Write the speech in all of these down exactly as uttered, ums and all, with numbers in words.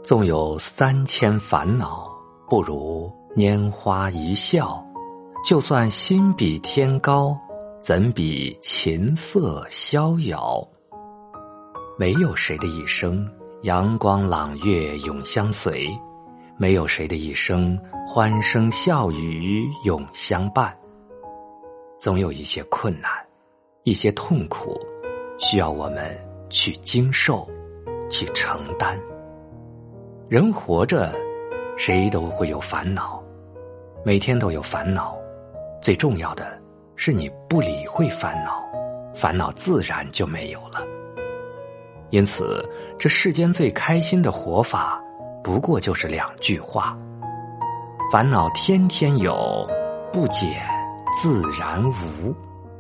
纵有三千烦恼，不如拈花一笑。就算心比天高，怎比琴瑟逍遥？没有谁的一生阳光朗月永相随，没有谁的一生欢声笑语永相伴。总有一些困难，一些痛苦，需要我们去经受，去承担。人活着，谁都会有烦恼，每天都有烦恼。最重要的是你不理会烦恼，烦恼自然就没有了。因此，这世间最开心的活法，不过就是两句话：烦恼天天有，不减自然无。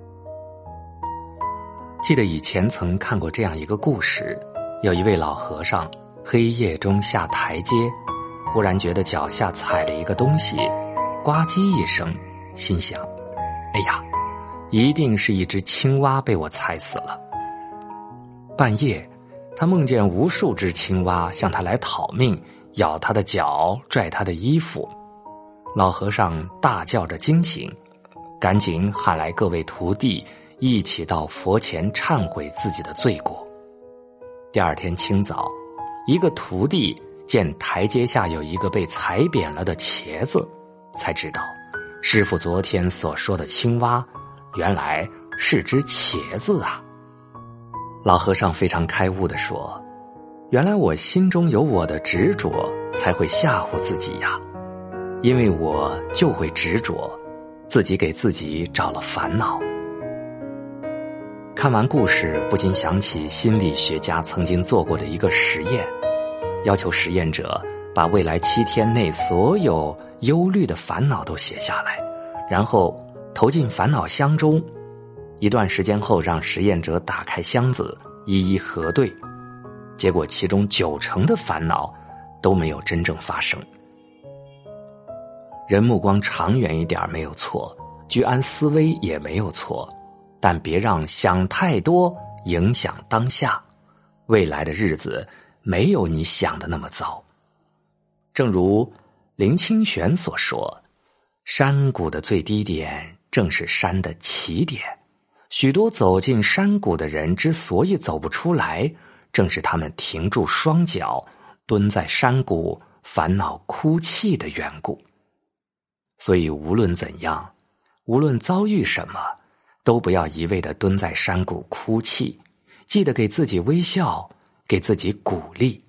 记得以前曾看过这样一个故事，有一位老和尚黑夜中下台阶，忽然觉得脚下踩了一个东西，呱唧一声，心想：哎呀，一定是一只青蛙被我踩死了。半夜他梦见无数只青蛙向他来讨命，咬他的脚，拽他的衣服。老和尚大叫着惊醒，赶紧喊来各位徒弟，一起到佛前忏悔自己的罪过。第二天清早，一个徒弟见台阶下有一个被踩扁了的茄子，才知道师父昨天所说的青蛙原来是只茄子啊。老和尚非常开悟地说，原来我心中有我的执着，才会吓唬自己呀。因为我就会执着，自己给自己找了烦恼。看完故事，不禁想起心理学家曾经做过的一个实验，要求实验者把未来七天内所有忧虑的烦恼都写下来，然后投进烦恼箱中。一段时间后，让实验者打开箱子，一一核对，结果其中九成的烦恼都没有真正发生。人目光长远一点没有错，居安思危也没有错，但别让想太多影响当下，未来的日子没有你想的那么糟。正如林清玄所说，山谷的最低点正是山的起点，许多走进山谷的人之所以走不出来，正是他们停住双脚，蹲在山谷烦恼哭泣的缘故。所以无论怎样，无论遭遇什么，都不要一味地蹲在山谷哭泣，记得给自己微笑，给自己鼓励。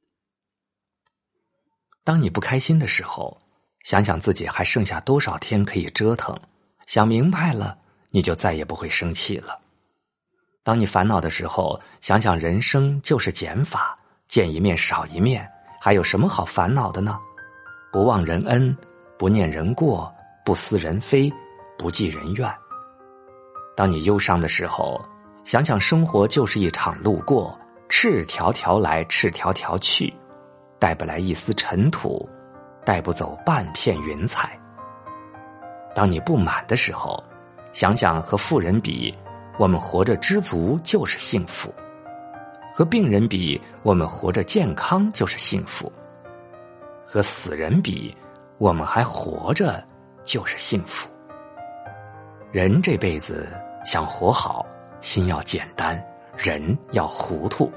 当你不开心的时候，想想自己还剩下多少天可以折腾，想明白了，你就再也不会生气了。当你烦恼的时候，想想人生就是减法，见一面少一面，还有什么好烦恼的呢？不忘人恩，不念人过，不思人非，不计人怨。当你忧伤的时候，想想生活就是一场路过，赤条条来，赤条条去，带不来一丝尘土，带不走半片云彩。当你不满的时候，想想和富人比，我们活着知足就是幸福；和病人比，我们活着健康就是幸福；和死人比，我们还活着就是幸福。人这辈子想活好，心要简单，人要糊涂。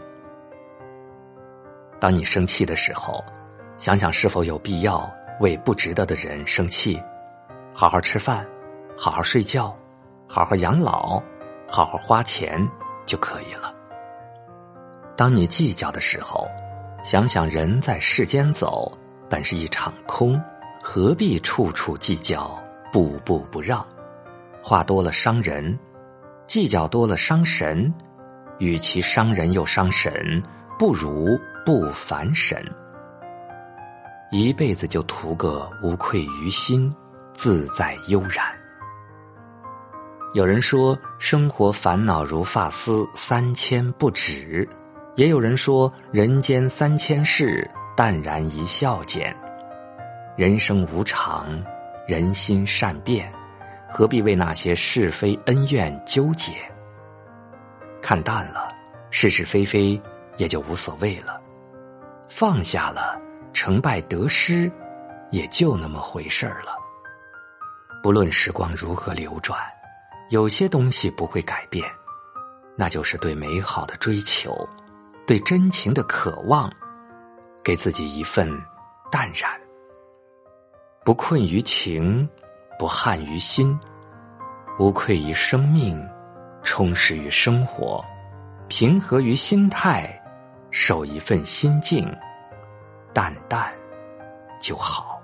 当你生气的时候，想想是否有必要为不值得的人生气，好好吃饭，好好睡觉，好好养老，好好花钱就可以了。当你计较的时候，想想人在世间走，本是一场空，何必处处计较，步步不让？话多了伤人，计较多了伤神，与其伤人又伤神，不如不烦神。一辈子就图个无愧于心，自在悠然。有人说生活烦恼如发丝，三千不止；也有人说人间三千事，淡然一笑间。人生无常，人心善变，何必为那些是非恩怨纠结？看淡了，是是非非也就无所谓了。 放下了，成败得失也就那么回事儿了。不论时光如何流转，有些东西不会改变，那就是对美好的追求，对真情的渴望，给自己一份淡然。不困于情，不憾于心，无愧于生命，充实于生活，平和于心态，守一份心境，淡淡就好。